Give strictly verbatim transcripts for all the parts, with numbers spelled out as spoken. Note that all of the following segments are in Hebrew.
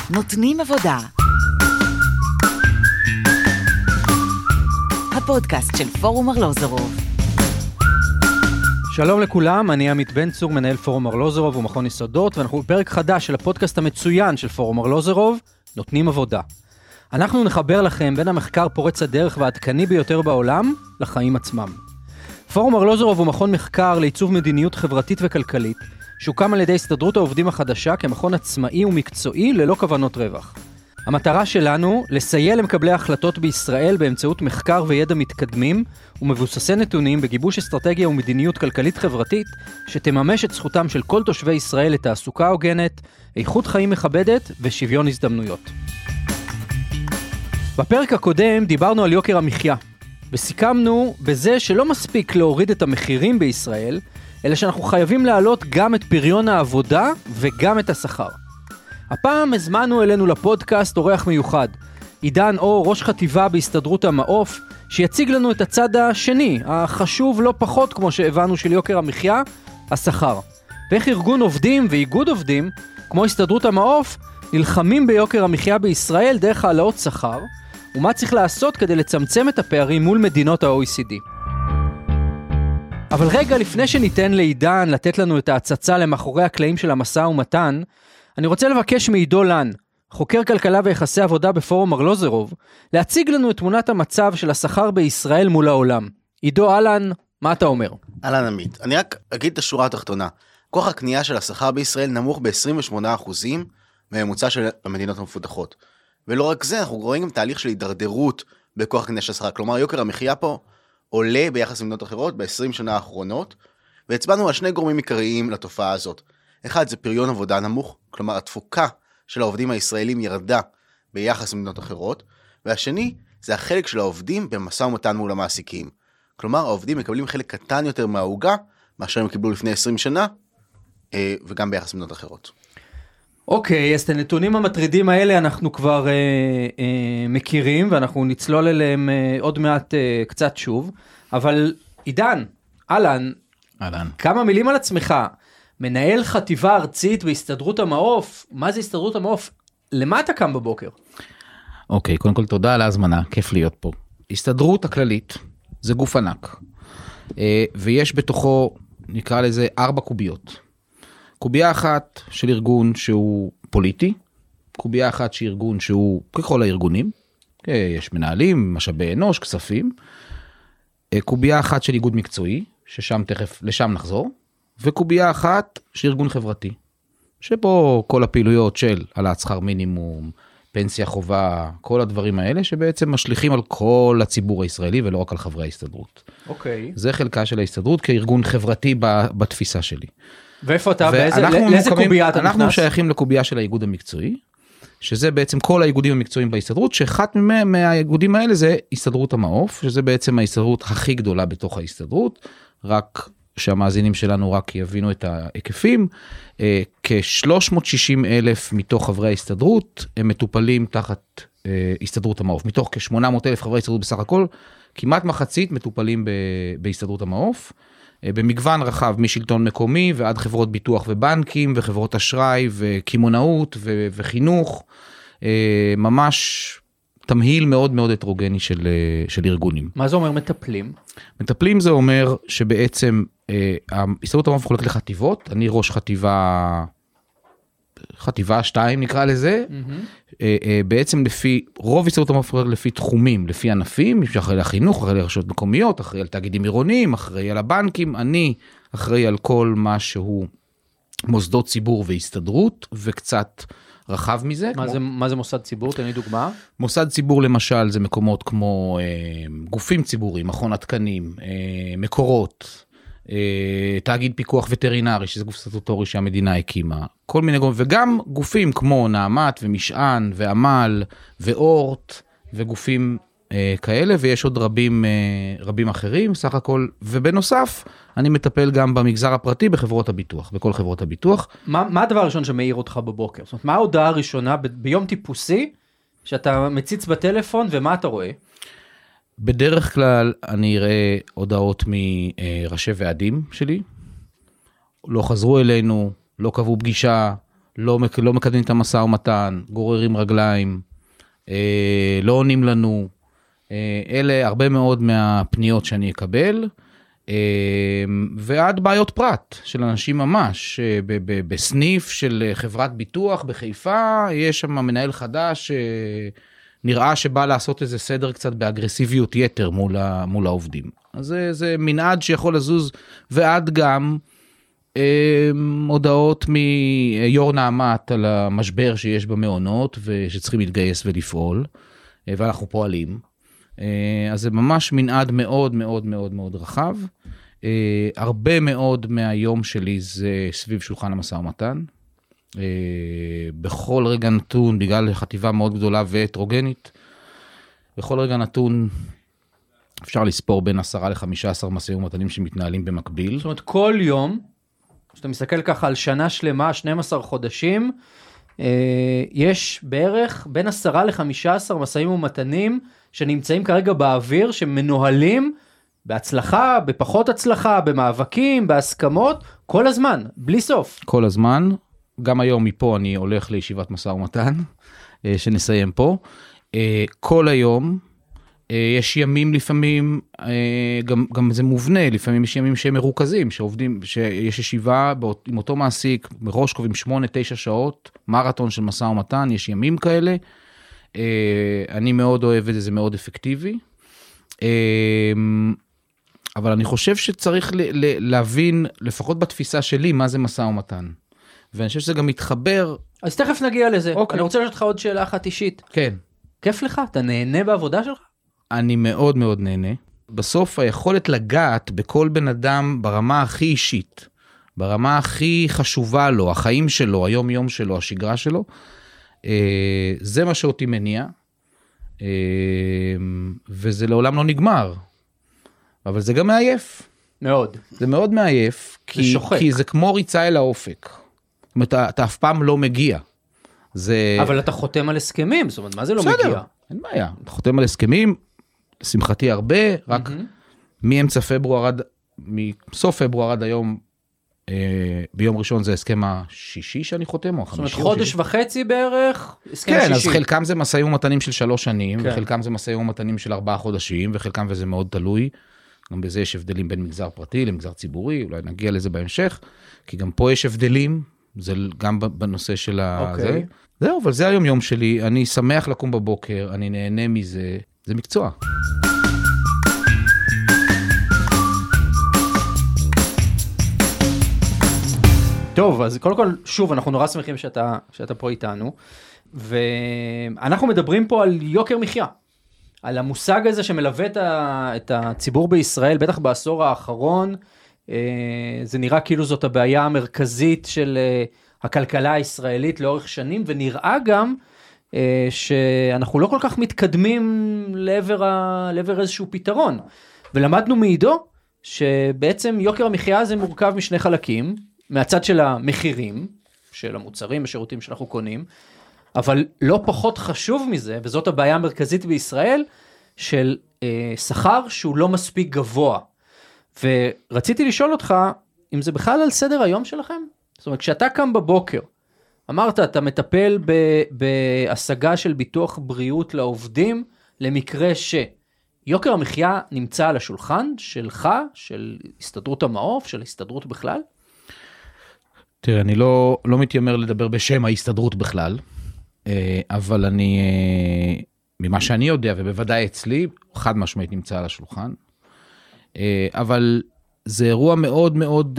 נותנים עבודה. הפודקאסט של פורום ארלוזורוב. שלום לכולם, אני עמית בן צור, מנהל פורום ארלוזורוב ומכון יסודות, ואנחנו בפרק חדש של הפודקאסט המצוין של פורום ארלוזורוב, נותנים עבודה. אנחנו נחבר לכם בין המחקר פורץ הדרך והעדכני ביותר בעולם לחיים עצמם. פורום ארלוזורוב הוא מכון מחקר לעיצוב מדיניות חברתית וכלכלית, שהוקם על ידי הסתדרות העובדים החדשה כמכון עצמאי ומקצועי ללא כוונות רווח. המטרה שלנו לסייע למקבלי ההחלטות בישראל באמצעות מחקר וידע מתקדמים ומבוססי נתונים בגיבוש אסטרטגיה ומדיניות כלכלית חברתית שתממש את זכותם של כל תושבי ישראל לתעסוקה הוגנת, איכות חיים מכבדת ושוויון הזדמנויות. בפרק הקודם דיברנו על יוקר המחיה, וסיכמנו בזה שלא מספיק להוריד את המחירים בישראל, אלא שאנחנו חייבים להעלות גם את פריון העבודה וגם את השכר. הפעם הזמנו אלינו לפודקאסט אורח מיוחד, עידן אור, ראש חטיבה בהסתדרות המעוף, שיציג לנו את הצד השני, החשוב לא פחות כמו שהבנו של יוקר המחיה, השכר. ואיך ארגון עובדים ואיגוד עובדים, כמו הסתדרות המעוף, נלחמים ביוקר המחיה בישראל דרך העלאות שכר, ומה צריך לעשות כדי לצמצם את הפערים מול מדינות ה-או אי סי די. אבל רגע לפני שניתן לעידן לתת לנו את ההצצה למאחורי הקלעים של המשא ומתן, אני רוצה לבקש מעידו לן, חוקר כלכלה ויחסי עבודה בפורום ארלוזורוב, להציג לנו את תמונת המצב של השכר בישראל מול העולם. עידו, אהלן, מה אתה אומר? אהלן עמית, אני רק אגיד את השורה התחתונה. כוח הקנייה של השכר בישראל נמוך ב-עשרים ושמונה אחוז מממוצע של המדינות המפותחות. ולא רק זה, אנחנו רואים גם תהליך של הידרדרות בכוח הקנייה של השכר. כלומר, יוקר המחיה פה עולה ביחס למדינות אחרות ב-עשרים שנה האחרונות, והצבענו על שני גורמים עיקריים לתופעה הזאת. אחד זה פריון עבודה נמוך, כלומר התפוקה של העובדים הישראלים ירדה ביחס למדינות אחרות, והשני זה החלק של העובדים במשא ומתן מול המעסיקים. כלומר העובדים מקבלים חלק קטן יותר מהעוגה, מאשר הם קיבלו לפני עשרים שנה, וגם ביחס למדינות אחרות. אוקיי, אז את הנתונים המטרידים האלה אנחנו כבר אה, אה, מכירים, ואנחנו נצלול אליהם אה, עוד מעט אה, קצת שוב, אבל עידן, אהלן, אהלן. כמה מילים על עצמך, מנהל חטיבה ארצית בהסתדרות המעוף, מה זה הסתדרות המעוף? למה אתה קם בבוקר? אוקיי, קודם כל תודה על ההזמנה, כיף להיות פה. הסתדרות הכללית זה גוף ענק, אה, ויש בתוכו, נקרא לזה, ארבע קוביות. קובייה אחת של ארגון שהוא פוליטי, קובייה אחת של ארגון שהוא ככל הארגונים, יש מנהלים, משאבי אנוש, כספים, קובייה אחת של איגוד מקצועי, ששם תכף, לשם נחזור, וקובייה אחת של ארגון חברתי, שבו כל הפעילויות של העלאת שכר מינימום, פנסיה חובה, כל הדברים האלה, שבעצם משליכים על כל הציבור הישראלי, ולא רק על חברי ההסתדרות. אוקיי. זה חלקה של ההסתדרות כארגון חברתי בתפיסה שלי. ואיפה אתה? באיזה, לאיזה קובייה אתה נכנס? אנחנו שייכים לקובייה של האיגוד המקצועי, שזה בעצם כל האיגודים המקצועיים בהסתדרות, שאחת מהאיגודים האלה זה הסתדרות המעוף, שזה בעצם ההסתדרות הכי גדולה בתוך ההסתדרות, רק שהמאזינים שלנו רק יבינו את ההיקפים, כ-שלוש מאות ושישים אלף מתוך חברי ההסתדרות, הם מטופלים תחת הסתדרות המעוף, מתוך כ-שמונה מאות אלף חברי הסתדרות בסך הכל, כמעט מחצית מטופלים בהסתדרות המעוף, במגוון רחב משלטון מקומי ועד חברות ביטוח ובנקים וחברות אשראי וכימונאות ו- וחינוך, ממש תמהיל מאוד מאוד הטרוגני של, של ארגונים. מה זה אומר מטפלים? מטפלים זה אומר שבעצם ההסתדרות המעוף מחולקת לחטיבות, אני ראש חטיבה, חטיבה שתיים נקרא לזה, mm-hmm. בעצם לפי, רוב הסתדרות המעוף מחולקת לפי תחומים, לפי ענפים, אחראי לחינוך, אחראי לרשויות מקומיות, אחראי על תאגידים עירוניים, אחראי על הבנקים, אני אחראי על כל מה שהוא מוסדות ציבור והסתדרות, וקצת רחב מזה. מה, כמו... זה, מה זה מוסד ציבור? תן לי דוגמה. מוסד ציבור למשל זה מקומות כמו אה, גופים ציבוריים, מכון התקנים, אה, מקורות, תאגיד פיקוח וטרינרי, שזה גוף סטטוטורי שהמדינה הקימה, כל מיני גופים, וגם גופים כמו נעמת ומשען ועמל ואורט, וגופים אה, כאלה, ויש עוד רבים, אה, רבים אחרים, סך הכל, ובנוסף, אני מטפל גם במגזר הפרטי, בחברות הביטוח, בכל חברות הביטוח. מה, מה הדבר הראשון שמעיר אותך בבוקר? זאת אומרת, מה ההודעה הראשונה ב- ביום טיפוסי, שאתה מציץ בטלפון, ומה אתה רואה? בדרך כלל אני אראה הודעות מראשי ועדים שלי, לא חזרו אלינו, לא קבעו פגישה, לא, לא מקדמים את המשא ומתן, גוררים רגליים, אה, לא עונים לנו. אה, אלה הרבה מאוד מהפניות שאני אקבל, אה, ועד בעיות פרט של אנשים ממש. אה, ב- ב- בסניף של חברת ביטוח בחיפה, יש שם מנהל חדש, אה, נראה שבא לעשות איזה סדר קצת באגרסיביות יתר מול, ה, מול העובדים. אז זה, זה מנעד שיכול לזוז, ועד גם אה, הודעות מיור נעמת על המשבר שיש במעונות, ושצריכים להתגייס ולפעול, אה, ואנחנו פועלים. אה, אז זה ממש מנעד מאוד מאוד מאוד מאוד רחב. אה, הרבה מאוד מהיום שלי זה סביב שולחן המשא ומתן. בכל רגע נתון, בגלל חטיבה מאוד גדולה והטרוגנית, בכל רגע נתון אפשר לספור בין עשרה לחמישה עשר משאים ומתנים שמתנהלים במקביל. זאת אומרת, כל יום, כשאתה מסתכל ככה על שנה שלמה, שנים עשר חודשים, יש בערך בין עשרה לחמישה עשר משאים ומתנים שנמצאים כרגע באוויר, שמנוהלים בהצלחה, בפחות הצלחה, במאבקים, בהסכמות, כל הזמן, בלי סוף. כל הזמן. גם היום מפה אני הולך לישיבת משא ומתן, שנסיים פה. כל היום, יש ימים לפעמים, גם, גם זה מובנה, לפעמים יש ימים שהם מרוכזים, שעובדים, שיש ישיבה עם אותו מעסיק, מראש קובעים שמונה, תשע שעות, מרתון של משא ומתן, יש ימים כאלה. אני מאוד אוהב את זה, זה מאוד אפקטיבי. אבל אני חושב שצריך להבין, לפחות בתפיסה שלי, מה זה משא ומתן. ואני חושב שזה גם מתחבר. אז תכף נגיע לזה. אוקיי. אני רוצה לשאול אותך עוד שאלה אחת אישית. כן. כיף לך? אתה נהנה בעבודה שלך? אני מאוד מאוד נהנה. בסוף היכולת לגעת בכל בן אדם ברמה הכי אישית, ברמה הכי חשובה לו, החיים שלו, היום יום שלו, השגרה שלו, זה מה שאותי מניע, וזה לעולם לא נגמר. אבל זה גם מעייף. מאוד. זה מאוד מעייף, כי, שוחק. כי זה כמו ריצה אל האופק. זאת אומרת, אתה, אתה אף פעם לא מגיע. זה... אבל אתה חותם על הסכמים, זאת אומרת, מה זה לא בסדר, מגיע? אין בעיה. אתה חותם על הסכמים, לשמחתי הרבה, רק Mm-hmm. מאמצע פברואר עד, מסוף פברואר עד היום, אה, ביום ראשון זה הסכם השישי שאני חותם, או זאת אומרת, החמישי או חודש שישי. וחצי בערך, הסכם כן, שישי. אז חלקם זה משאים ומתנים של שלוש שנים, כן. וחלקם זה משאים ומתנים של ארבעה חודשים, וחלקם וזה מאוד תלוי. גם בזה יש הבדלים בין מגזר פרטי למגזר ציבורי, אולי נגיע לזה בהמשך, כי גם פה יש הבדלים, זה גם בנושא של ה... אוקיי. זה. זהו, אבל זה היום יום שלי, אני שמח לקום בבוקר, אני נהנה מזה, זה מקצוע. טוב, אז קודם כל, שוב, אנחנו נורא שמחים שאתה, שאתה פה איתנו, ואנחנו מדברים פה על יוקר מחיה, על המושג הזה שמלווה את, ה, את הציבור בישראל, בטח בעשור האחרון, זה נראה כאילו זאת הבעיה המרכזית של הכלכלה הישראלית לאורך שנים, ונראה גם שאנחנו לא כל כך מתקדמים לעבר, ה, לעבר איזשהו פתרון, ולמדנו מעידו שבעצם יוקר המחיה הזה מורכב משני חלקים, מהצד של המחירים, של המוצרים, השירותים שאנחנו קונים, אבל לא פחות חשוב מזה, וזאת הבעיה המרכזית בישראל, של אה, שכר שהוא לא מספיק גבוה. ורציתי לשאול אותך, אם זה בכלל על סדר היום שלכם? זאת אומרת, כשאתה קם בבוקר, אמרת, אתה מטפל ב- בהשגה של ביטוח בריאות לעובדים, למקרה שיוקר המחיה נמצא על השולחן שלך, של הסתדרות המעוף, של הסתדרות בכלל? תראה, אני לא, לא מתיימר לדבר בשם ההסתדרות בכלל, אבל אני, ממה שאני יודע, ובוודאי אצלי, חד משמעית נמצא על השולחן, אבל זה אירוע מאוד מאוד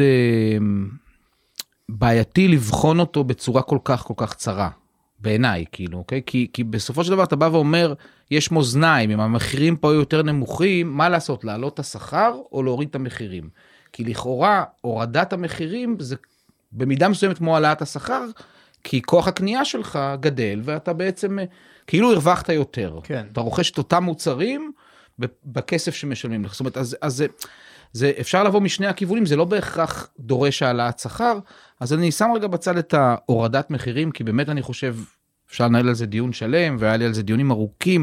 בעייתי לבחון אותו בצורה כל כך כל כך צרה, בעיניי, כאילו, אוקיי? כי, כי בסופו של דבר אתה בא ואומר, יש מאזניים, אם המחירים פה יותר נמוכים, מה לעשות? להעלות את השכר או להוריד את המחירים? כי לכאורה, הורדת המחירים זה במידה מסוימת כמו העלאת השכר, כי כוח הקנייה שלך גדל, ואתה בעצם כאילו הרווחת יותר. כן. אתה רוכש את אותם מוצרים בכסף שמשלמים לך. זאת אומרת, אז, אז זה, זה אפשר לבוא משני הכיוונים, זה לא בהכרח דורש העלאת שכר, אז אני שם רגע בצד את ההורדת מחירים, כי באמת אני חושב, אפשר לנהל על זה דיון שלם, והיה לי על זה דיונים ארוכים,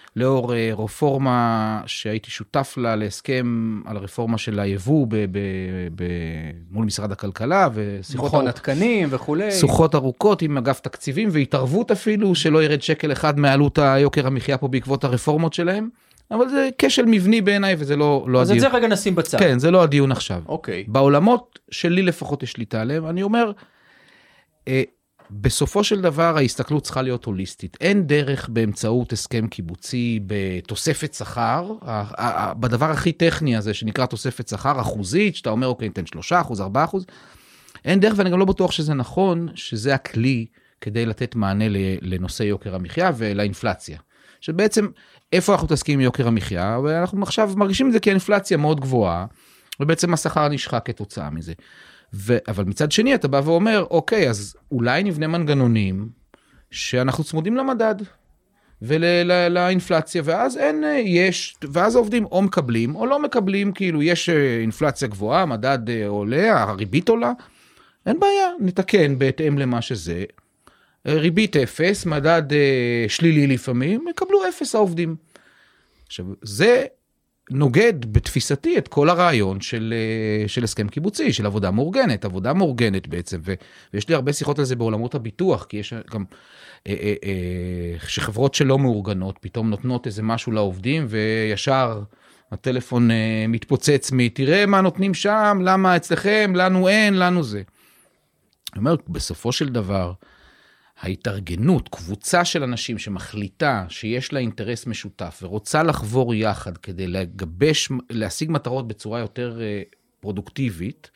לאור רפורמה שהייתי שותף לה להסכם על הרפורמה של היבוא ב- ב- ב- מול משרד הכלכלה, ושיחות מכון ארוכ... התקנים וכולי. שיחות ארוכות עם אגף תקציבים, והתערבות אפילו שלא ירד שקל אחד מעלות היוקר המחיה פה בעקבות הרפורמות שלהם, אבל זה כשל מבני בעיניי, וזה לא, לא אז הדיון. את זה רגע נשים בצד. כן, זה לא הדיון עכשיו. אוקיי. בעולמות שלי לפחות יש שליטה עליהם, אני אומר, אה, בסופו של דבר ההסתכלות צריכה להיות הוליסטית. אין דרך באמצעות הסכם קיבוצי בתוספת שכר, בדבר הכי טכני הזה שנקרא תוספת שכר, אחוזית, שאתה אומר, אוקיי, ניתן שלושה אחוז, ארבעה אחוז, אין דרך, ואני גם לא בטוח שזה נכון, שזה הכלי כדי לתת מענה לנושא יוקר המחיה ולאינפלציה. שבעצם, איפה אנחנו מתעסקים עם יוקר המחיה, ואנחנו עכשיו מרגישים את זה כי האינפלציה מאוד גבוהה, ובעצם השכר נשחק כתוצאה מזה. ו... אבל מצד שני אתה בא ואומר, אוקיי, אז אולי נבנה מנגנונים שאנחנו צמודים למדד ולאינפלציה, ול... ואז אין, יש, ואז העובדים או מקבלים או לא מקבלים, כאילו יש אינפלציה גבוהה, מדד עולה, הריבית עולה, אין בעיה, נתקן בהתאם למה שזה, ריבית אפס, מדד שלילי לפעמים, יקבלו אפס העובדים. עכשיו, זה נוגד בתפיסתי את כל הרעיון של, של הסכם קיבוצי, של עבודה מאורגנת, עבודה מאורגנת בעצם, ו, ויש לי הרבה שיחות על זה בעולמות הביטוח, כי יש גם אה, אה, אה, שחברות שלא מאורגנות, פתאום נותנות איזה משהו לעובדים, וישר הטלפון אה, מתפוצץ מי, תראה מה נותנים שם, למה אצלכם, לנו אין, לנו זה. אני אומר, בסופו של דבר, ההתארגנות, קבוצה של אנשים שמחליטה שיש לה אינטרס משותף ורוצה לחבור יחד כדי לגבש, להשיג מטרות בצורה יותר פרודוקטיבית,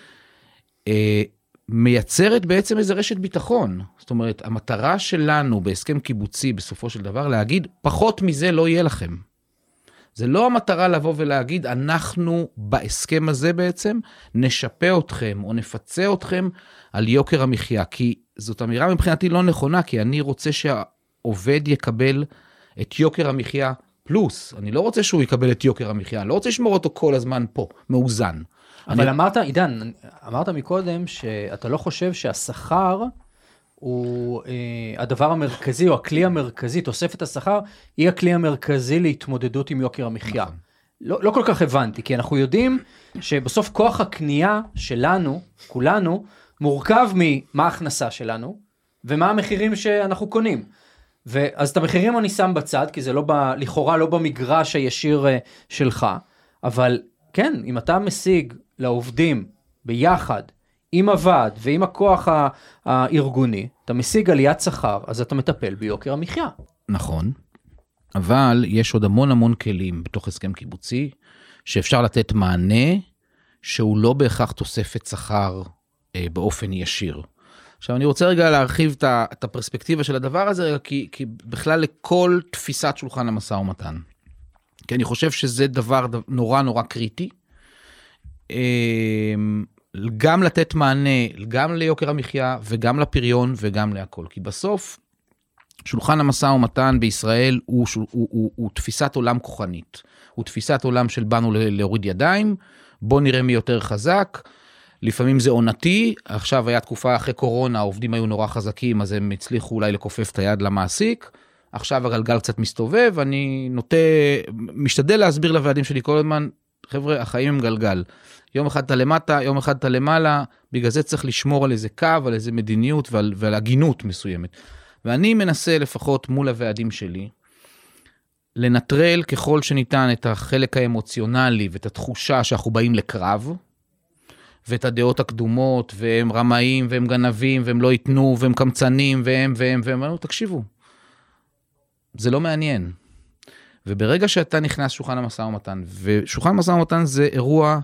מייצרת בעצם איזה רשת ביטחון. זאת אומרת, המטרה שלנו בהסכם קיבוצי בסופו של דבר להגיד, פחות מזה לא יהיה לכם. זה לא המטרה לבוא ולהגיד, אנחנו בהסכם הזה בעצם נשפה אתכם או נפצה אתכם על יוקר המחיה, כי זאת אמירה מבחינתי לא נכונה, כי אני רוצה שהעובד יקבל את יוקר המחיה פלוס. אני לא רוצה שהוא יקבל את יוקר המחיה, אני לא רוצה לשמור אותו כל הזמן פה, מאוזן. אבל אני... אמרת, עידן, אמרת מקודם שאתה לא חושב שהשכר הוא אה, הדבר המרכזי, או הכלי המרכזי, תוספת השכר, היא הכלי המרכזי להתמודדות עם יוקר המחיה. נכון. לא, לא כל כך הבנתי, כי אנחנו יודעים שבסוף כוח הקנייה שלנו, כולנו, מורכב ממה ההכנסה שלנו, ומה המחירים שאנחנו קונים. ואז את המחירים אני שם בצד, כי זה לא ב, לכאורה לא במגרש הישיר שלך, אבל כן, אם אתה משיג לעובדים ביחד, עם הוועד ועם הכוח הארגוני, אתה משיג עליית שכר, אז אתה מטפל ביוקר המחיה. נכון, אבל יש עוד המון המון כלים בתוך הסכם קיבוצי, שאפשר לתת מענה, שהוא לא בהכרח תוספת שכר אה, באופן ישיר. עכשיו אני רוצה רגע להרחיב את, את הפרספקטיבה של הדבר הזה, כי, כי בכלל לכל תפיסת שולחן המשא ומתן. כי אני חושב שזה דבר נורא נורא קריטי, אה, גם לתת מענה, גם ליוקר המחיה, וגם לפריון, וגם להכל. כי בסוף, שולחן המשא ומתן בישראל הוא, הוא, הוא, הוא, הוא תפיסת עולם כוחנית. הוא תפיסת עולם של באנו להוריד ידיים, בוא נראה מי יותר חזק, לפעמים זה עונתי, עכשיו היה תקופה אחרי קורונה, העובדים היו נורא חזקים, אז הם הצליחו אולי לקופף את היד למעסיק, עכשיו הגלגל קצת מסתובב, אני נוטה, משתדל להסביר לוועדים שלי כל הזמן, חבר'ה, החיים הם גלגל. יום אחד אתה למטה, יום אחד אתה למעלה, בגלל זה צריך לשמור על איזה קו, על איזה מדיניות ועל, ועל הגינות מסוימת. ואני מנסה לפחות מול הוועדים שלי, לנטרל ככל שניתן את החלק האמוציונלי ואת התחושה שאנחנו באים לקרב, ואת הדעות הקדומות, והם רמאים, והם גנבים, והם לא ייתנו, והם קמצנים, והם, והם, והם, והם, תקשיבו. זה לא מעניין. וברגע שאתה נכנס שולחן המשא ומתן, ושולחן המשא ומתן זה אירוע,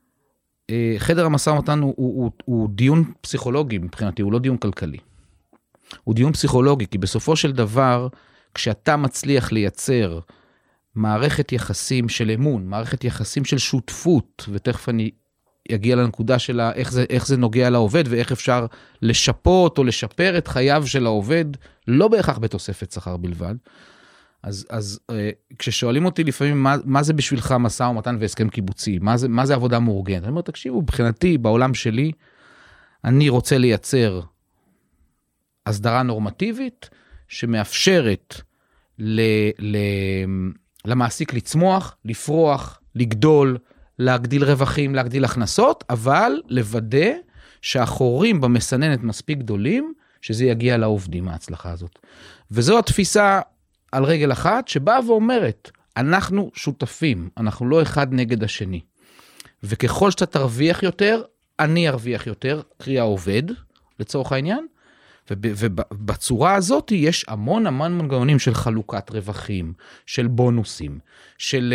חדר המשא ומתן הוא, הוא, הוא, הוא דיון פסיכולוגי מבחינתי, הוא לא דיון כלכלי. הוא דיון פסיכולוגי, כי בסופו של דבר, כשאתה מצליח לייצר מערכת יחסים של אמון, מערכת יחסים של שותפות, ותכף אני אגיע לנקודה שלה, איך זה, איך זה נוגע לעובד, ואיך אפשר לשפות או לשפר את חייו של העובד, לא בהכרח בתוספת שכר בלבד. אז, אז כששואלים אותי לפעמים, מה, מה זה בשבילך משא ומתן והסכם קיבוצי? מה זה, מה זה עבודה מאורגנת? אני אומר, תקשיבו, מבחינתי, בעולם שלי, אני רוצה לייצר הסדרה נורמטיבית, שמאפשרת ל, ל, למעסיק לצמוח, לפרוח, לגדול, להגדיל רווחים, להגדיל הכנסות, אבל לוודא שהחורים במסננת מספיק גדולים, שזה יגיע לעובדים, ההצלחה הזאת. וזו התפיסה על רגל אחת, שבאה ואומרת, אנחנו שותפים, אנחנו לא אחד נגד השני. וככל שאתה תרוויח יותר, אני ארוויח יותר, קריאה עובד, לצורך העניין, ובצורה הזאת יש המון המון מנגנונים של חלוקת רווחים, של בונוסים, של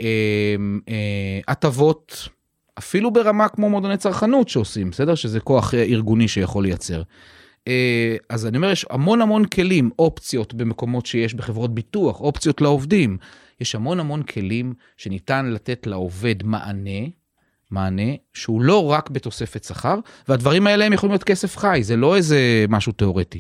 הטבות, אפילו ברמה כמו מועדוני צרכנות שעושים, בסדר? שזה כוח ארגוני שיכול לייצר. אז אני אומר, יש המון המון כלים, אופציות במקומות שיש בחברות ביטוח, אופציות לעובדים. יש המון המון כלים שניתן לתת לעובד מענה, מענה שהוא לא רק בתוספת שכר, והדברים האלה הם יכולים להיות כסף חי, זה לא איזה משהו תיאורטי.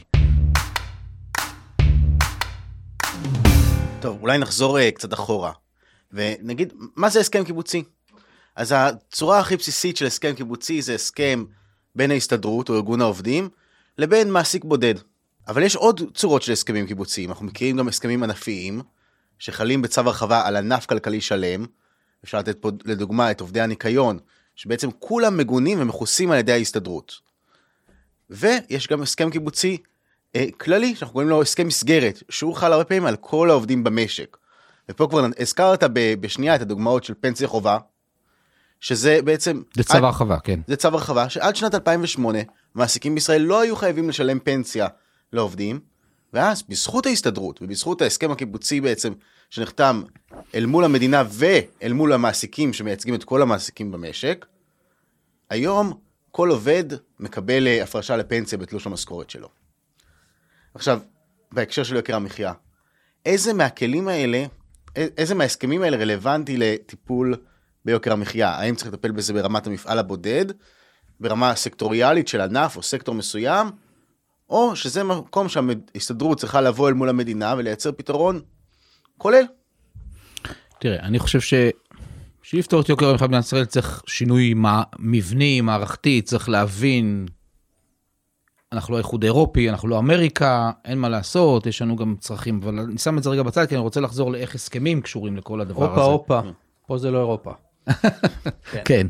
טוב, אולי נחזור uh, קצת אחורה, ונגיד, מה זה הסכם קיבוצי? אז הצורה הכי בסיסית של הסכם קיבוצי זה הסכם בין ההסתדרות או ארגון העובדים, לבין מעסיק בודד. אבל יש עוד צורות של הסכמים קיבוציים, אנחנו מכירים גם הסכמים ענפיים, שחלים בצו הרחבה על ענף כלכלי שלם, אפשר לתת פה לדוגמה את עובדי הניקיון, שבעצם כולם מגונים ומחוסים על ידי ההסתדרות. ויש גם הסכם קיבוצי אה, כללי, שאנחנו קוראים לו הסכם מסגרת, שהוא חל הרבה פעמים על כל העובדים במשק. ופה כבר הזכרת בשנייה את הדוגמאות של פנסיה חובה, שזה בעצם... זה צו הרחבה, כן. זה צו הרחבה, שעד שנת אלפיים ושמונה, מעסיקים בישראל לא היו חייבים לשלם פנסיה לעובדים, ואז בזכות ההסתדרות ובזכות ההסכם הקיבוצי בעצם שנחתם אל מול המדינה ואל מול המעסיקים שמייצגים את כל המעסיקים במשק, היום כל עובד מקבל הפרשה לפנסיה בתלוש המשכורת שלו. עכשיו, בהקשר של יוקר המחיה, איזה מהכלים האלה, איזה מההסכמים האלה רלוונטי לטיפול ביוקר המחיה? האם צריך לטפל בזה ברמת המפעל הבודד, ברמה סקטוריאלית של ענף או סקטור מסוים, או שזה מקום שההסתדרות צריכה לבוא אל מול המדינה ולייצר פתרון כולל? תראה, אני חושב ש... שיפתור את יוקר המחיה במדינת ישראל צריך שינוי מבני, מערכתי, צריך להבין, אנחנו לא איחוד אירופי, אנחנו לא אמריקה, אין מה לעשות, יש לנו גם צרכים, אבל אני שם את זה רגע בצד, כי אני רוצה לחזור לאיך הסכמים קשורים לכל הדבר הזה. אופה, אופה, פה זה לא אירופה. כן.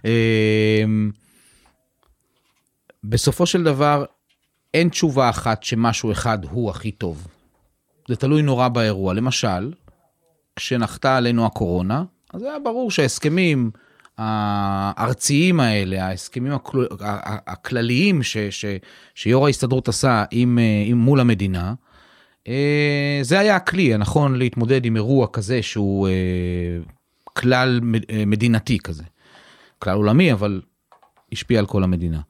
בסופו של דבר, אין תשובה אחת שמשהו אחד הוא הכי טוב. זה תלוי נורא באירוע. למשל, כשנחתה עלינו הקורונה, אז היה ברור שההסכמים הארציים האלה, ההסכמים הכלליים ש, ש, שיו"ר ההסתדרות עשה עם, עם מול המדינה, זה היה הכלי הנכון להתמודד עם אירוע כזה שהוא כלל מדינתי כזה. כלל עולמי, אבל השפיע על כל המדינה.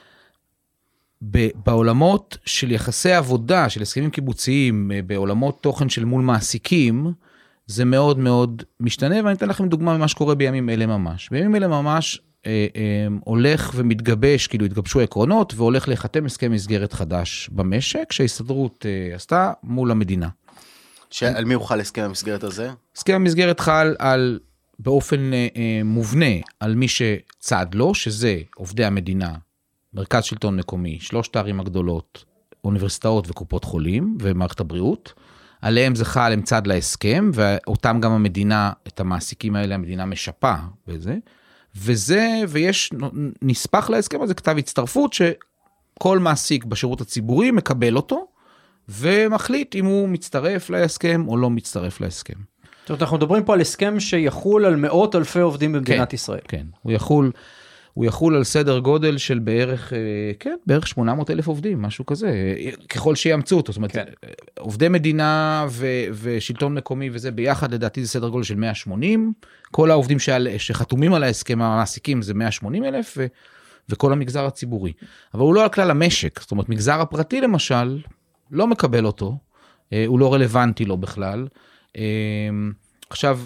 בעולמות של יחסי עבודה, של הסכמים קיבוציים, בעולמות תוכן של מול מעסיקים, זה מאוד מאוד משתנה, ואני אתן לכם דוגמה ממה שקורה בימים אלה ממש. בימים אלה ממש אה, אה, הולך ומתגבש, כאילו התגבשו עקרונות, והולך להיחתם הסכם מסגרת חדש במשק, שההסתדרות אה, עשתה מול המדינה. שעל מי הוא חל הסכם המסגרת הזה? הסכם המסגרת חל על, באופן אה, אה, מובנה, על מי שצד לו, שזה עובדי המדינה, מרכז שלטון מקומי, שלושת הערים הגדולות, אוניברסיטאות וקופות חולים ומערכת הבריאות, עליהם זה חל, הם צד להסכם, ואותם גם המדינה, את המעסיקים האלה, המדינה משפה בזה, וזה, ויש נספח להסכם הזה, כתב הצטרפות, שכל מעסיק בשירות הציבורי מקבל אותו, ומחליט אם הוא מצטרף להסכם או לא מצטרף להסכם. זאת אומרת, אנחנו מדברים פה על הסכם שיחול על מאות אלפי עובדים במדינת ישראל. כן, הוא יחול... הוא יחול על סדר גודל של בערך, כן, בערך שמונה מאות אלף עובדים, משהו כזה, ככל שיאמצו אותו, זאת אומרת, כן. עובדי מדינה ו- ושלטון מקומי וזה ביחד, לדעתי זה סדר גודל של מאה ושמונים, כל העובדים שעל, שחתומים על ההסכם המעסיקים זה מאה ושמונים אלף, ו- וכל המגזר הציבורי. אבל הוא לא על כלל המשק, זאת אומרת, מגזר הפרטי למשל, לא מקבל אותו, הוא לא רלוונטי לו בכלל. עכשיו,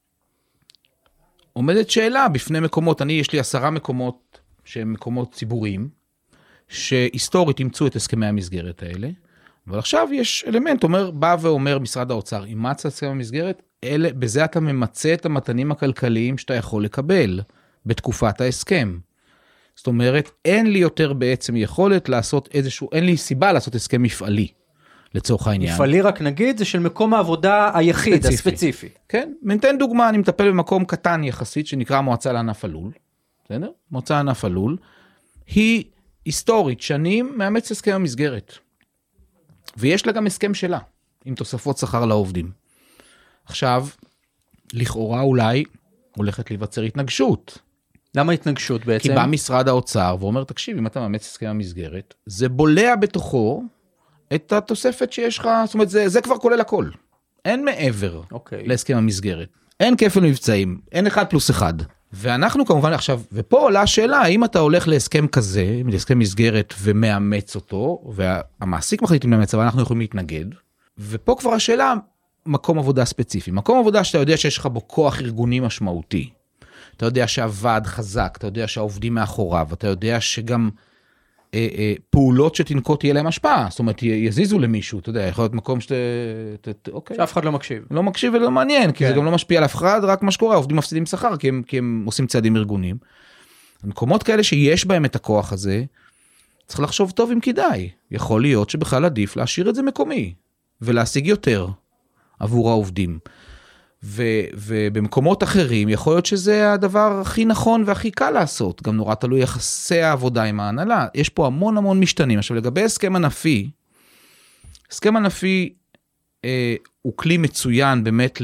עומדת שאלה בפני מקומות, אני יש לי עשרה מקומות שהם מקומות ציבוריים, שהיסטורית אימצו את הסכמי המסגרת האלה, אבל עכשיו יש אלמנט, אומר, בא ואומר משרד האוצר, אימץ הסכם המסגרת, אלה, בזה אתה ממצא את המתנים הכלכליים שאתה יכול לקבל בתקופת ההסכם. זאת אומרת, אין לי יותר בעצם יכולת לעשות איזשהו, אין לי סיבה לעשות הסכם מפעלי. לצורך העניין. מפעלי רק נגיד, זה של מקום העבודה היחיד, ספציפי. הספציפי. כן, ניתן דוגמה, אני מטפל במקום קטן יחסית, שנקרא מועצה לענף הלול, בסדר? מועצה לענף הלול, היא היסטורית, שנים, מאמץ הסכם המסגרת. ויש לה גם הסכם שלה, עם תוספות שכר לעובדים. עכשיו, לכאורה אולי הולכת להיווצר התנגשות. למה התנגשות בעצם? כי בא משרד האוצר ואומר, תקשיב, אם אתה מאמץ הסכם המסגרת, זה בולע בתוכו את התוספת שיש לך, זאת אומרת, זה, זה כבר כולל הכל. אין מעבר אוקיי. להסכם המסגרת. אין כפל מבצעים, אין אחד פלוס אחד. ואנחנו כמובן עכשיו, ופה עולה השאלה, האם אתה הולך להסכם כזה, להסכם מסגרת ומאמץ אותו, והמעסיק מחליט אם לאמץ, אבל אנחנו יכולים להתנגד. ופה כבר השאלה, מקום עבודה ספציפי. מקום עבודה שאתה יודע שיש לך בו כוח ארגוני משמעותי. אתה יודע שהוועד חזק, אתה יודע שהעובדים מאחוריו, אתה יודע שגם אה, אה, פעולות שתנקוט תהיה להם השפעה, זאת אומרת, יזיזו למישהו, אתה יודע, יכול להיות מקום שאתה, אוקיי. שאף אחד לא מקשיב. לא מקשיב ולא מעניין, כי כן. זה גם לא משפיע על אף אחד, רק מה שקורה, העובדים מפסידים שכר, כי הם, כי הם עושים צעדים ארגוניים. מקומות כאלה שיש בהם את הכוח הזה, צריך לחשוב טוב אם כדאי. יכול להיות שבכלל עדיף להשאיר את זה מקומי, ולהשיג יותר עבור העובדים. ו, ובמקומות אחרים יכול להיות שזה הדבר הכי נכון והכי קל לעשות, גם נורא תלוי יחסי העבודה עם ההנהלה, יש פה המון המון משתנים. עכשיו לגבי הסכם ענפי, הסכם ענפי אה, הוא כלי מצוין באמת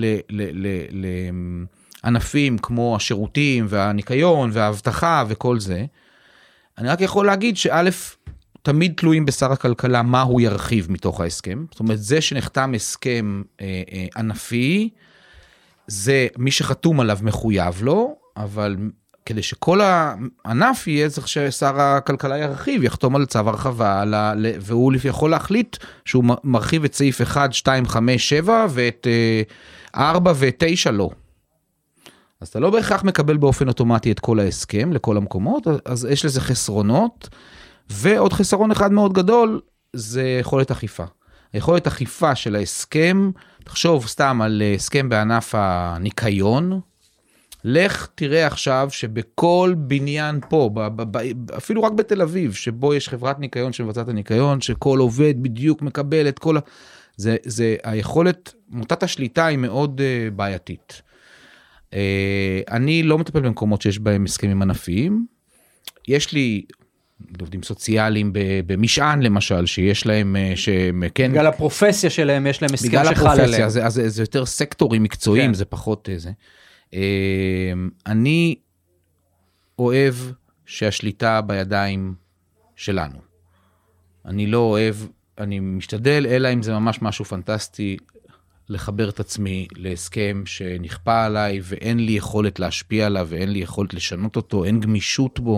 לענפים כמו השירותים והניקיון וההבטחה וכל זה, אני רק יכול להגיד שא' תמיד תלויים בשר הכלכלה מה הוא ירחיב מתוך ההסכם, זאת אומרת זה שנחתם הסכם אה, אה, ענפי, זה מי שחתום עליו מחויב לו, אבל כדי שכל הענף יהיה, צריך ששר הכלכלה ירחיב, יחתום על צו הרחבה, והוא יכול להחליט שהוא מרחיב את סעיף אחת, שתיים, חמש, שבע, ואת ארבע ו-תשע לא. אז אתה לא בהכרח מקבל באופן אוטומטי את כל ההסכם, לכל המקומות, אז יש לזה חסרונות, ועוד חסרון אחד מאוד גדול, זה יכולת אכיפה. היכולת אכיפה של ההסכם, תחשוב סתם על הסכם בענף הניקיון, לך תראה עכשיו שבכל בניין פה, ב- ב- אפילו רק בתל אביב, שבו יש חברת ניקיון שמבצעת הניקיון, שכל עובד בדיוק מקבל את כל ה... זה, זה היכולת, מוטת השליטה היא מאוד uh, בעייתית. Uh, אני לא מטפל במקומות שיש בהם הסכמים ענפיים, יש לי... עובדים סוציאליים במשען למשל, שיש להם, שהם כן... בגלל הפרופסיה שלהם, יש להם הסכם שחל עליהם. בגלל הפרופסיה, זה, זה, זה יותר סקטורים מקצועיים, כן. זה פחות זה. אני אוהב שהשליטה בידיים שלנו. אני לא אוהב, אני משתדל, אלא אם זה ממש משהו פנטסטי, לחבר את עצמי להסכם שנכפה עליי, ואין לי יכולת להשפיע עליו, ואין לי יכולת לשנות אותו, אין גמישות בו.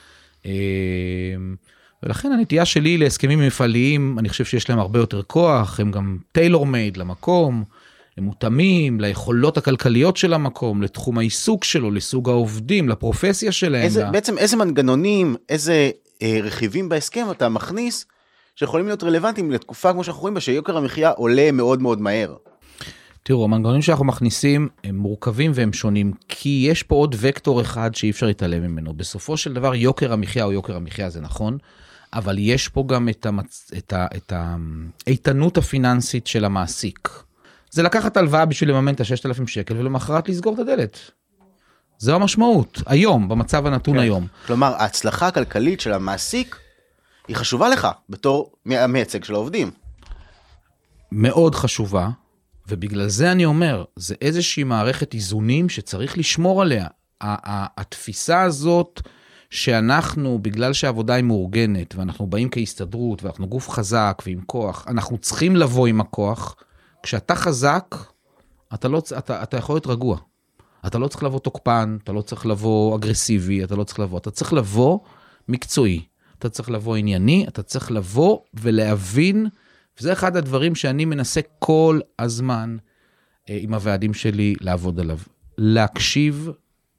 ולכן הנטייה שלי להסכמים מפעליים, אני חושב שיש להם הרבה יותר כוח, הם גם טיילור מייד למקום, הם מותאמים ליכולות הכלכליות של המקום, לתחום העיסוק שלו, לסוג העובדים, לפרופסיה שלהם. איזה, לה... בעצם איזה מנגנונים, איזה אה, רכיבים בהסכם אתה מכניס, שיכולים להיות רלוונטיים לתקופה כמו שאנחנו רואים בה, שיוקר המחיה עולה מאוד מאוד מהר. תראו, המנגנונים שאנחנו מכניסים הם מורכבים והם שונים, כי יש פה עוד וקטור אחד שאי אפשר להתעלם ממנו. בסופו של דבר, יוקר המחיה או יוקר המחיה זה נכון, אבל יש פה גם את, המצ... את, ה... את האיתנות הפיננסית של המעסיק. זה לקחת הלוואה בשביל לממן את ה-ששת אלפים שקל, ולמחרת לסגור את הדלת. זו המשמעות, היום, במצב הנתון כן. היום. כלומר, ההצלחה הכלכלית של המעסיק, היא חשובה לך, בתור המייצג של העובדים. מאוד חשובה, ובגלל זה אני אומר, זה איזושהי מערכת איזונים שצריך לשמור עליה. התפיסה הזאת שאנחנו, בגלל שהעבודה היא מאורגנת, ואנחנו באים כהסתדרות, ואנחנו גוף חזק ועם כוח, אנחנו צריכים לבוא עם הכוח. כשאתה חזק, אתה, לא, אתה, אתה יכול להיות רגוע. אתה לא צריך לבוא תוקפן, אתה לא צריך לבוא אגרסיבי, אתה לא צריך לבוא, אתה צריך לבוא מקצועי, אתה צריך לבוא ענייני, אתה צריך לבוא ולהבין, וזה אחד הדברים שאני מנסה כל הזמן אה, עם הוועדים שלי לעבוד עליו. להקשיב,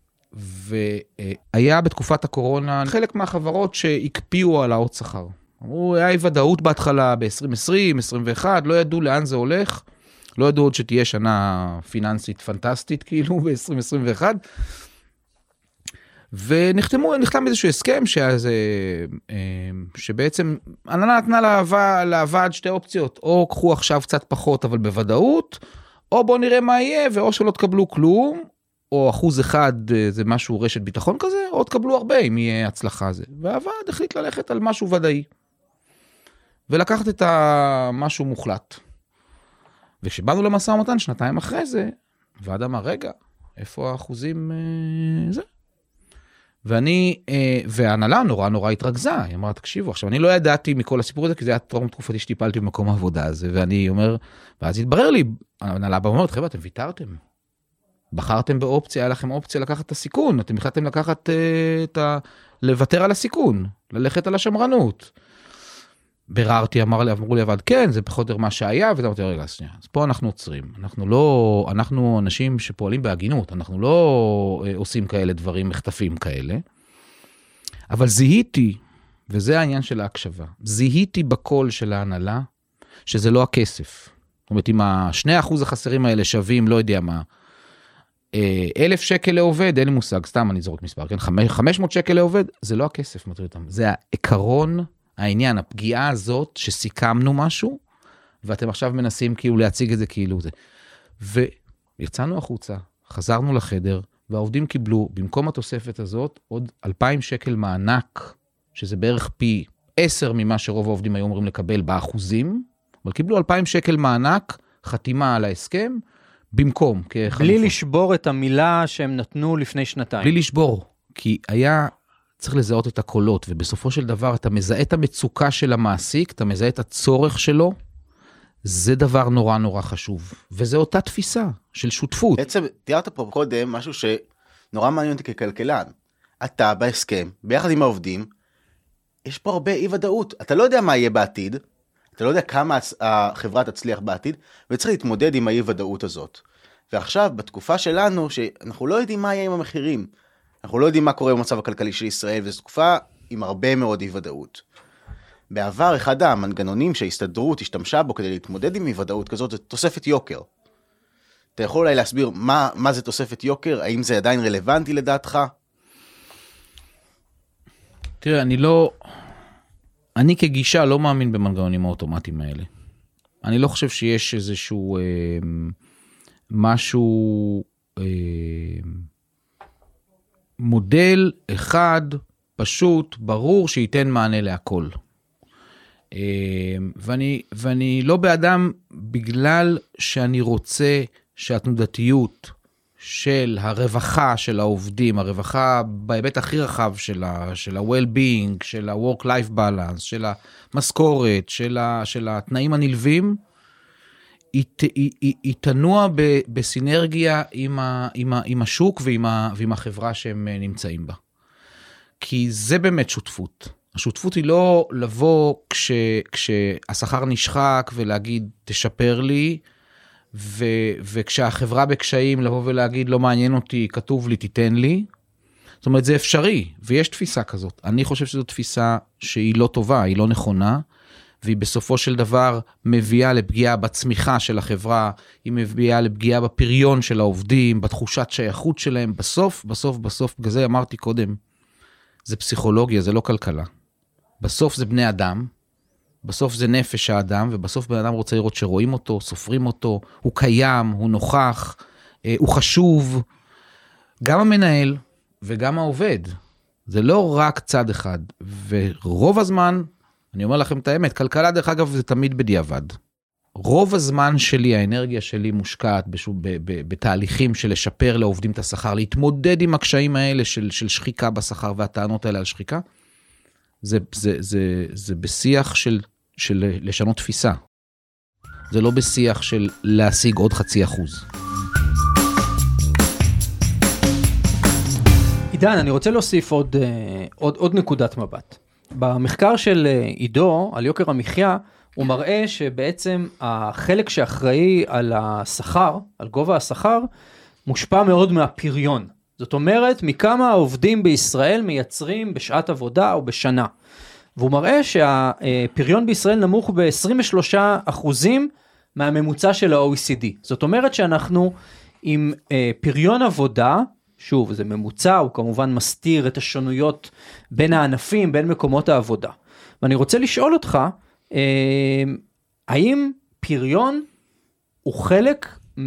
והיה בתקופת הקורונה חלק מהחברות שהקפיאו על העוד שכר. אמרו, היה ודאות בהתחלה ב-עשרים עשרים, עשרים ואחת, לא ידעו לאן זה הולך, לא ידעו עוד שתהיה שנה פיננסית פנטסטית, כאילו ב-עשרים עשרים ואחת, ונחתמו, נחתם איזשהו הסכם שזה, שבעצם הנהלה נתנה לוועד שתי אופציות, או קחו עכשיו קצת פחות אבל בוודאות, או בוא נראה מה יהיה, ואו שלא תקבלו כלום, או אחוז אחד זה משהו רשת ביטחון כזה, או תקבלו הרבה אם יהיה הצלחה זה. והוועד החליט ללכת על משהו ודאי, ולקחת את המשהו מוחלט. וכשבאנו למשא ומתן שנתיים אחרי זה, ועד אמר, רגע, איפה האחוזים זה? ואני, וההנהלה נורא נורא התרכזה, היא אמרה, תקשיבו, עכשיו אני לא ידעתי מכל הסיפור הזה, כי זה היה טרום תקופתי שטיפלתי במקום העבודה הזה, ואני אומר, ואז התברר לי, ההנהלה באומרת, חבר'ה, אתם ויתרתם, בחרתם באופציה, היה לכם אופציה לקחת את הסיכון, אתם החלטתם לקחת את ה... לוותר על הסיכון, ללכת על השמרנות. ביררתי, אמר לי, אמרו לי, אבל כן, זה פחות או מה שהיה, וזה אמרתי, רגע, שנייה, אז פה אנחנו עוצרים, אנחנו לא, אנחנו אנשים שפועלים בהגינות, אנחנו לא עושים כאלה דברים, מחטפים כאלה, אבל זיהיתי, וזה העניין של ההקשבה, זיהיתי בקול של ההנהלה, שזה לא הכסף. זאת אומרת, אם השני אחוז החסרים האלה שווים, לא יודע מה, אלף שקל לעובד, אין לי מושג, סתם אני זורק מספר, כן? חמש מאות שקל לעובד, זה לא הכסף, מטריד אותם, זה העיקרון, העניין, הפגיעה הזאת שסיכמנו משהו, ואתם עכשיו מנסים כאילו להציג את זה כאילו זה. ויצאנו החוצה, חזרנו לחדר, והעובדים קיבלו, במקום התוספת הזאת, עוד אלפיים שקל מענק, שזה בערך פי עשר ממה שרוב העובדים היו אומרים לקבל באחוזים, אבל קיבלו אלפיים שקל מענק, חתימה על ההסכם, במקום. בלי לשבור את המילה שהם נתנו לפני שנתיים. בלי לשבור, כי היה... צריך לזהות את הקולות, ובסופו של דבר אתה מזהה את המצוקה של המעסיק, אתה מזהה את הצורך שלו, זה דבר נורא נורא חשוב, וזה אותה תפיסה של שותפות. בעצם תיארת פה קודם משהו שנורא מעניין אותי ככלכלן, אתה בהסכם, ביחד עם העובדים, יש פה הרבה אי ודאות, אתה לא יודע מה יהיה בעתיד, אתה לא יודע כמה החברה תצליח בעתיד, וצריך להתמודד עם האי ודאות הזאת. ועכשיו, בתקופה שלנו, שאנחנו לא יודעים מה יהיה עם המחירים, אנחנו לא יודעים מה קורה במצב הכלכלי של ישראל, וזו תקופה עם הרבה מאוד אי-ודאות. בעבר, אחד המנגנונים שההסתדרות השתמשה בו כדי להתמודד עם אי-ודאות כזאת, זה תוספת יוקר. אתה יכול אולי להסביר מה, מה זה תוספת יוקר? האם זה עדיין רלוונטי לדעתך? תראה, אני לא... אני כגישה לא מאמין במנגנונים האוטומטיים האלה. אני לא חושב שיש איזשהו אה, משהו... אה, מודל אחד, פשוט, ברור, שייתן מענה להכל. ואני, ואני לא באדם בגלל שאני רוצה שהתנודתיות של הרווחה של העובדים, הרווחה בהיבט הכי רחב של ה, של ה-well-being, של ה-work-life balance, של המשכורת, של, ה, של התנאים הנלווים, היא, היא, היא, היא תנוע ב, בסינרגיה עם, ה, עם, ה, עם השוק ועם, ה, ועם החברה שהם נמצאים בה. כי זה באמת שותפות. השותפות היא לא לבוא כש, כשהשכר נשחק ולהגיד תשפר לי, ו, וכשהחברה בקשיים לבוא ולהגיד לא מעניין אותי, כתוב לי תיתן לי. זאת אומרת זה אפשרי ויש תפיסה כזאת. אני חושב שזו תפיסה שהיא לא טובה, היא לא נכונה. והיא בסופו של דבר מביאה לפגיעה בצמיחה של החברה, היא מביאה לפגיעה בפריון של העובדים, בתחושת שייכות שלהם, בסוף, בסוף, בסוף, בגלל זה אמרתי קודם, זה פסיכולוגיה, זה לא כלכלה. בסוף זה בני אדם, בסוף זה נפש האדם, ובסוף בן אדם רוצה לראות שרואים אותו, סופרים אותו, הוא קיים, הוא נוכח, הוא חשוב, גם המנהל וגם העובד, זה לא רק צד אחד, ורוב הזמן, אני אומר לכם את האמת, כלכלה דרך אגב זה תמיד בדיעבד. רוב הזמן שלי, האנרגיה שלי מושקעת בשו, ב, ב, בתהליכים של לשפר לעובדים את השכר, להתמודד עם הקשיים האלה של, של שחיקה בשכר והטענות האלה על שחיקה, זה, זה, זה, זה בשיח של, של לשנות תפיסה. זה לא בשיח של להשיג עוד חצי אחוז. עידן, אני רוצה להוסיף עוד, עוד, עוד נקודת מבט. במחקר של עידו על יוקר המחיה, הוא מראה שבעצם החלק שאחראי על השכר, על גובה השכר, מושפע מאוד מהפריון. זאת אומרת, מכמה העובדים בישראל מייצרים בשעת עבודה או בשנה. והוא מראה שהפריון בישראל נמוך ב-עשרים ושלושה אחוזים מהממוצע של ה-או אי סי די. זאת אומרת שאנחנו עם פריון עבודה שוב, זה ממוצע, הוא כמובן מסתיר את השונויות בין הענפים, בין מקומות העבודה. ואני רוצה לשאול אותך, האם פריון הוא חלק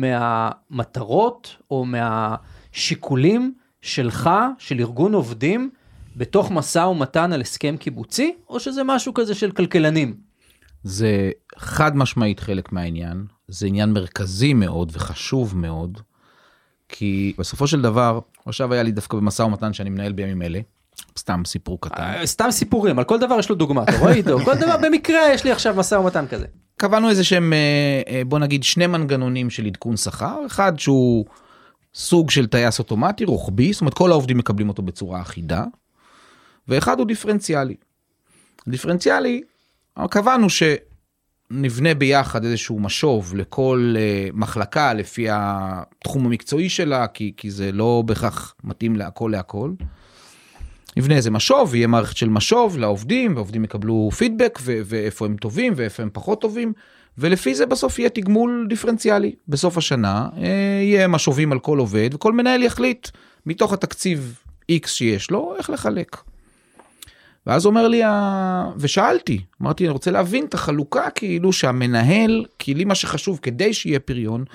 מהמטרות או מהשיקולים שלך, של ארגון עובדים, בתוך מסע ומתן על הסכם קיבוצי, או שזה משהו כזה של כלכלנים? זה חד משמעית חלק מהעניין, זה עניין מרכזי מאוד וחשוב מאוד, כי בסופו של דבר, עכשיו היה לי דווקא במסע ומתן שאני מנהל בימים אלה, סתם סיפור קטן. סתם סיפורים, על כל דבר יש לו דוגמה, אתה רואה איתו, כל דבר במקרה יש לי עכשיו מסע ומתן כזה. קבענו איזה שהם, בוא נגיד, שני מנגנונים של עדכון שכר, אחד שהוא סוג של טייס אוטומטי, רוחבי, זאת אומרת כל העובדים מקבלים אותו בצורה אחידה, ואחד הוא דיפרנציאלי. דיפרנציאלי, קבענו שנבנה ביחד איזשהו משוב לכל מחלקה לפי התחום המקצועי שלה, כי, כי זה לא בכך מתאים להכל להכל. נבנה איזה משוב, יהיה מערכת של משוב לעובדים, והעובדים יקבלו פידבק, ו- ואיפה הם טובים ואיפה הם פחות טובים, ולפי זה בסוף יהיה תגמול דיפרנציאלי. בסוף השנה יהיה משובים על כל עובד, וכל מנהל יחליט מתוך התקציב X שיש לו, איך לחלק. ואז אומר לי, ושאלתי, אמרתי, אני רוצה להבין את החלוקה, כאילו שהמנהל, כי לי מה שחשוב, כדי שיהיה פריון,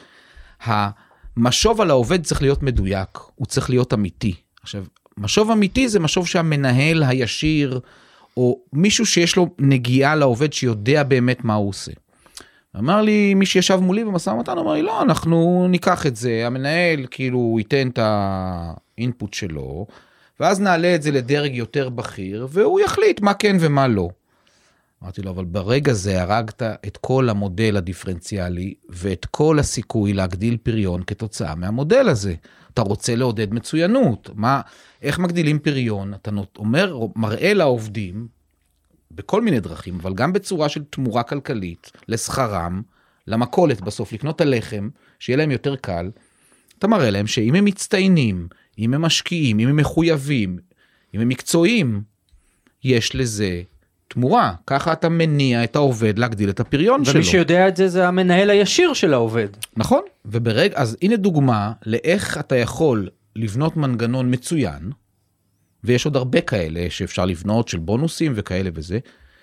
המשוב על העובד צריך להיות מדויק, הוא צריך להיות אמיתי. עכשיו, משוב אמיתי זה משוב שהמנהל הישיר, או מישהו שיש לו נגיעה לעובד שיודע באמת מה הוא עושה. אמר לי, מי שישב מולי במשא ומתן, אמר לי, לא, אנחנו ניקח את זה, המנהל כאילו ייתן את האינפוט שלו, ואז נעלה את זה לדרג יותר בכיר, והוא יחליט מה כן ומה לא. אמרתי לו, אבל ברגע זה הרגת את כל המודל הדיפרנציאלי, ואת כל הסיכוי להגדיל פריון כתוצאה מהמודל הזה. אתה רוצה לעודד מצוינות. מה, איך מגדילים פריון? אתה אומר, מראה לעובדים, בכל מיני דרכים, אבל גם בצורה של תמורה כלכלית, לשכרם, למכולת בסוף, לקנות הלחם, שיהיה להם יותר קל. אתה מראה להם שאם הם מצטיינים, אם הם משקיעים, אם הם מחויבים, אם הם מקצועיים, יש לזה תמורה. ככה אתה מניע את העובד להגדיל את הפריון שלו. ומי שיודע את זה, זה המנהל הישיר של העובד. נכון. וברגע, אז הנה דוגמה לאיך אתה יכול לבנות מנגנון מצוין, ויש עוד הרבה כאלה שאפשר לבנות, של בונוסים וכאלה וזה,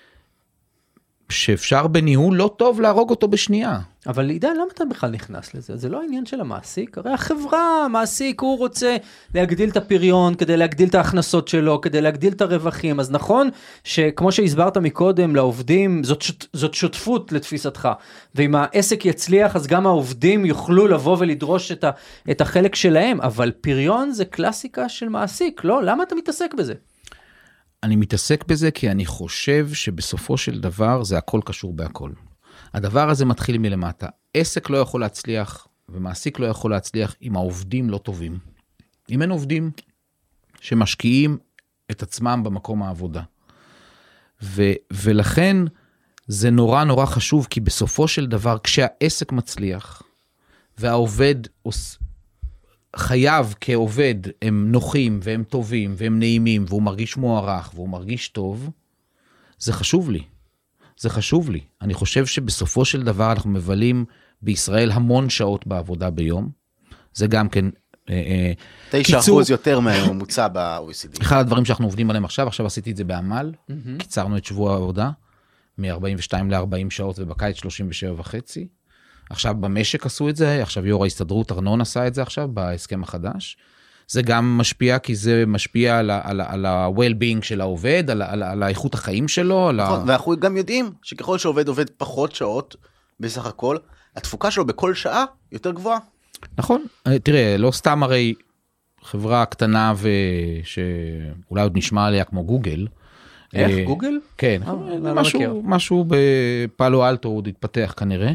שאפשר בניהול לא טוב להרוג אותו בשנייה. אבל עידן, למה אתה בכלל נכנס לזה? זה לא העניין של המעסיק. הרי החברה, המעסיק, הוא רוצה להגדיל את הפריון, כדי להגדיל את ההכנסות שלו, כדי להגדיל את הרווחים. אז נכון שכמו שהסברת מקודם לעובדים, זאת, זאת שותפות לתפיסתך. ואם העסק יצליח, אז גם העובדים יוכלו לבוא ולדרוש את, ה, את החלק שלהם. אבל פריון זה קלאסיקה של מעסיק, לא? למה אתה מתעסק בזה? אני מתעסק בזה כי אני חושב שבסופו של דבר זה הכל קשור בהכל. הדבר הזה מתחיל מלמטה. עסק לא יכול להצליח, ומעסיק לא יכול להצליח אם העובדים לא טובים. אם אין עובדים שמשקיעים את עצמם במקום העבודה. ו- ולכן זה נורא נורא חשוב, כי בסופו של דבר כשהעסק מצליח, והעובד עושה, חייו כעובד הם נוחים והם טובים והם נעימים והוא מרגיש מוערך והוא מרגיש טוב, זה חשוב לי. זה חשוב לי. אני חושב שבסופו של דבר אנחנו מבלים בישראל המון שעות בעבודה ביום. זה גם כן תשע אחוז יותר מהממוצע ב-או אי סי די. אחד הדברים שאנחנו עובדים עליהם עכשיו, עכשיו עשיתי את זה בעמל, קיצרנו את שבוע העבודה מ-ארבעים ושתיים ל-ארבעים שעות ובקיץ שלושים ושבע וחצי. עכשיו במשק עשו את זה, עכשיו יו"ר ההסתדרות ארנון עשה את זה עכשיו בהסכם החדש. זה גם משפיע, כי זה משפיע על, על, על ה-well-being של העובד, על, על, על האיכות החיים שלו. על ה... ואנחנו גם יודעים שככל שעובד עובד פחות שעות בסך הכל, התפוקה שלו בכל שעה יותר גבוהה. נכון, תראה, לא סתם הרי חברה קטנה ושאולי עוד נשמע עליה כמו גוגל. איך, גוגל? כן, משהו, משהו בפאלו אלטו עוד התפתח כנראה.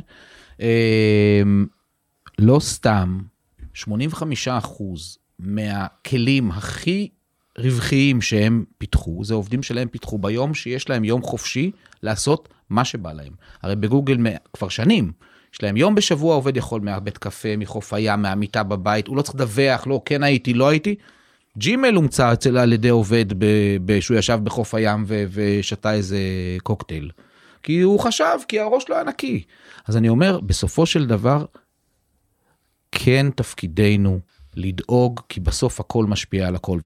לא סתם, שמונים וחמישה אחוז מהכלים הכי רווחיים שהם פיתחו, זה עובדים שלהם פיתחו ביום שיש להם יום חופשי לעשות מה שבא להם. הרי בגוגל כבר שנים, יש להם יום בשבוע, עובד יכול מהבית קפה, מחוף הים, מהמיטה בבית, הוא לא צריך לדווח, לא, כן הייתי, לא הייתי. ג'ימייל הומצא אצל על ידי עובד שהוא ישב בחוף הים ושתה איזה קוקטייל. כי הוא חשב, כי הראש לא היה נקי. אז אני אומר, בסופו של דבר, כן תפקידנו לדאוג, כי בסוף הכל משפיע על הכל.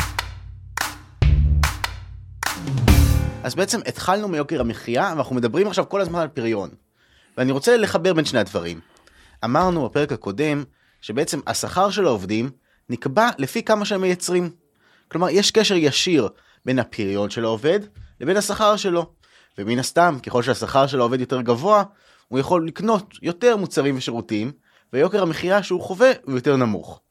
אז בעצם התחלנו מיוקר המחיה, ואנחנו מדברים עכשיו כל הזמן על פריון. ואני רוצה לחבר בין שני הדברים. אמרנו בפרק הקודם, שבעצם השכר של העובדים נקבע לפי כמה שהם מייצרים. כלומר, יש קשר ישיר בין הפריון של העובד לבין השכר שלו. ומן הסתם, ככל שהשכר של העובד יותר גבוה, הוא יכול לקנות יותר מוצרים ושירותים, ויוקר המחיה שהוא חווה הוא יותר נמוך.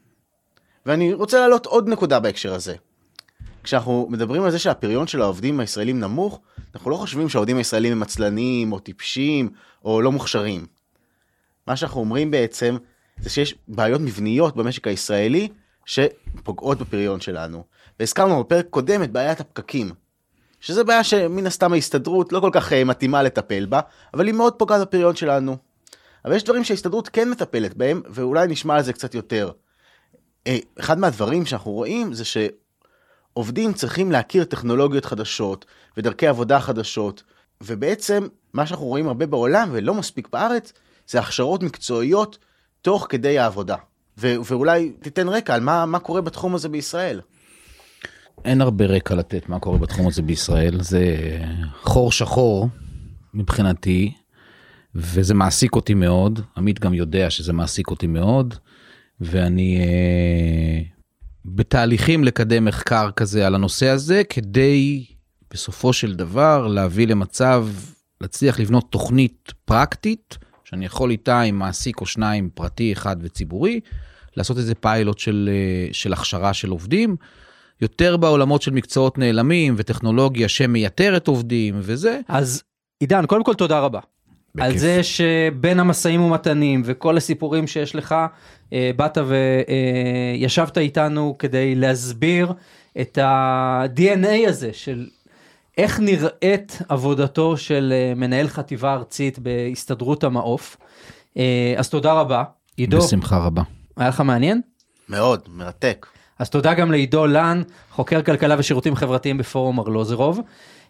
ואני רוצה להעלות עוד נקודה בהקשר הזה. כשאנחנו מדברים על זה שהפריון של העובדים הישראלים נמוך, אנחנו לא חושבים שהעובדים הישראלים הם עצלנים או טיפשים או לא מוכשרים. מה שאנחנו אומרים בעצם זה שיש בעיות מבניות במשק הישראלי שפוגעות בפריון שלנו. והזכרנו בפרק קודם את בעיית הפקקים, שזה בעיה שמן הסתם ההסתדרות לא כל כך מתאימה לטפל בה, אבל היא מאוד פוגעת בפריון שלנו. אבל יש דברים שההסתדרות כן מטפלת בהם, ואולי נשמע על זה קצת יותר. אחד מהדברים שאנחנו רואים זה שעובדים צריכים להכיר טכנולוגיות חדשות ודרכי עבודה חדשות, ובעצם מה שאנחנו רואים הרבה בעולם ולא מספיק בארץ, זה הכשרות מקצועיות תוך כדי העבודה. ו- ואולי תיתן רקע על מה, מה קורה בתחום הזה בישראל. אין הרבה רקע לתת מה קורה בתחום הזה בישראל, זה חור שחור מבחינתי, וזה מעסיק אותי מאוד, עמית גם יודע שזה מעסיק אותי מאוד, ואני אה, בתהליכים לקדם מחקר כזה על הנושא הזה, כדי בסופו של דבר להביא למצב, להצליח לבנות תוכנית פרקטית, שאני יכול איתה עם מעסיק או שניים, פרטי אחד וציבורי, לעשות איזה פיילוט של, של הכשרה של עובדים, יותר בעולמות של מקצועות נעלמים וטכנולוגיה שמייתרת עובדים וזה. אז עידן, קודם כל תודה רבה. בכיף. על זה שבין המסעים ומתנים וכל הסיפורים שיש לך, באת וישבת איתנו כדי להסביר את ה-די אן איי הזה של איך נראית עבודתו של מנהל חטיבה ארצית בהסתדרות המעוף. אז תודה רבה. עידו. בשמחה רבה. היה לך מעניין? מאוד, מרתק. אז תודה גם לעידו לן, חוקר כלכלה ושירותים חברתיים בפורום ארלוזרוב.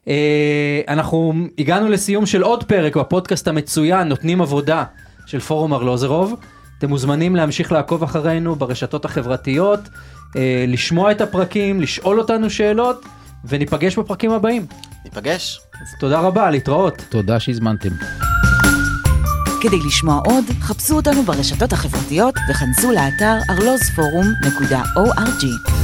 אנחנו הגענו לסיום של עוד פרק בפודקאסט המצוין, נותנים עבודה של פורום ארלוזרוב. אתם מוזמנים להמשיך לעקוב אחרינו ברשתות החברתיות, לשמוע את הפרקים, לשאול אותנו שאלות, וניפגש בפרקים הבאים. ניפגש. אז תודה רבה, להתראות. תודה שהזמנתם. כדי לשמוע עוד, חפשו אותנו ברשתות החברתיות וכנסו לאתר ארלוז פורום נקודה או אר ג'י.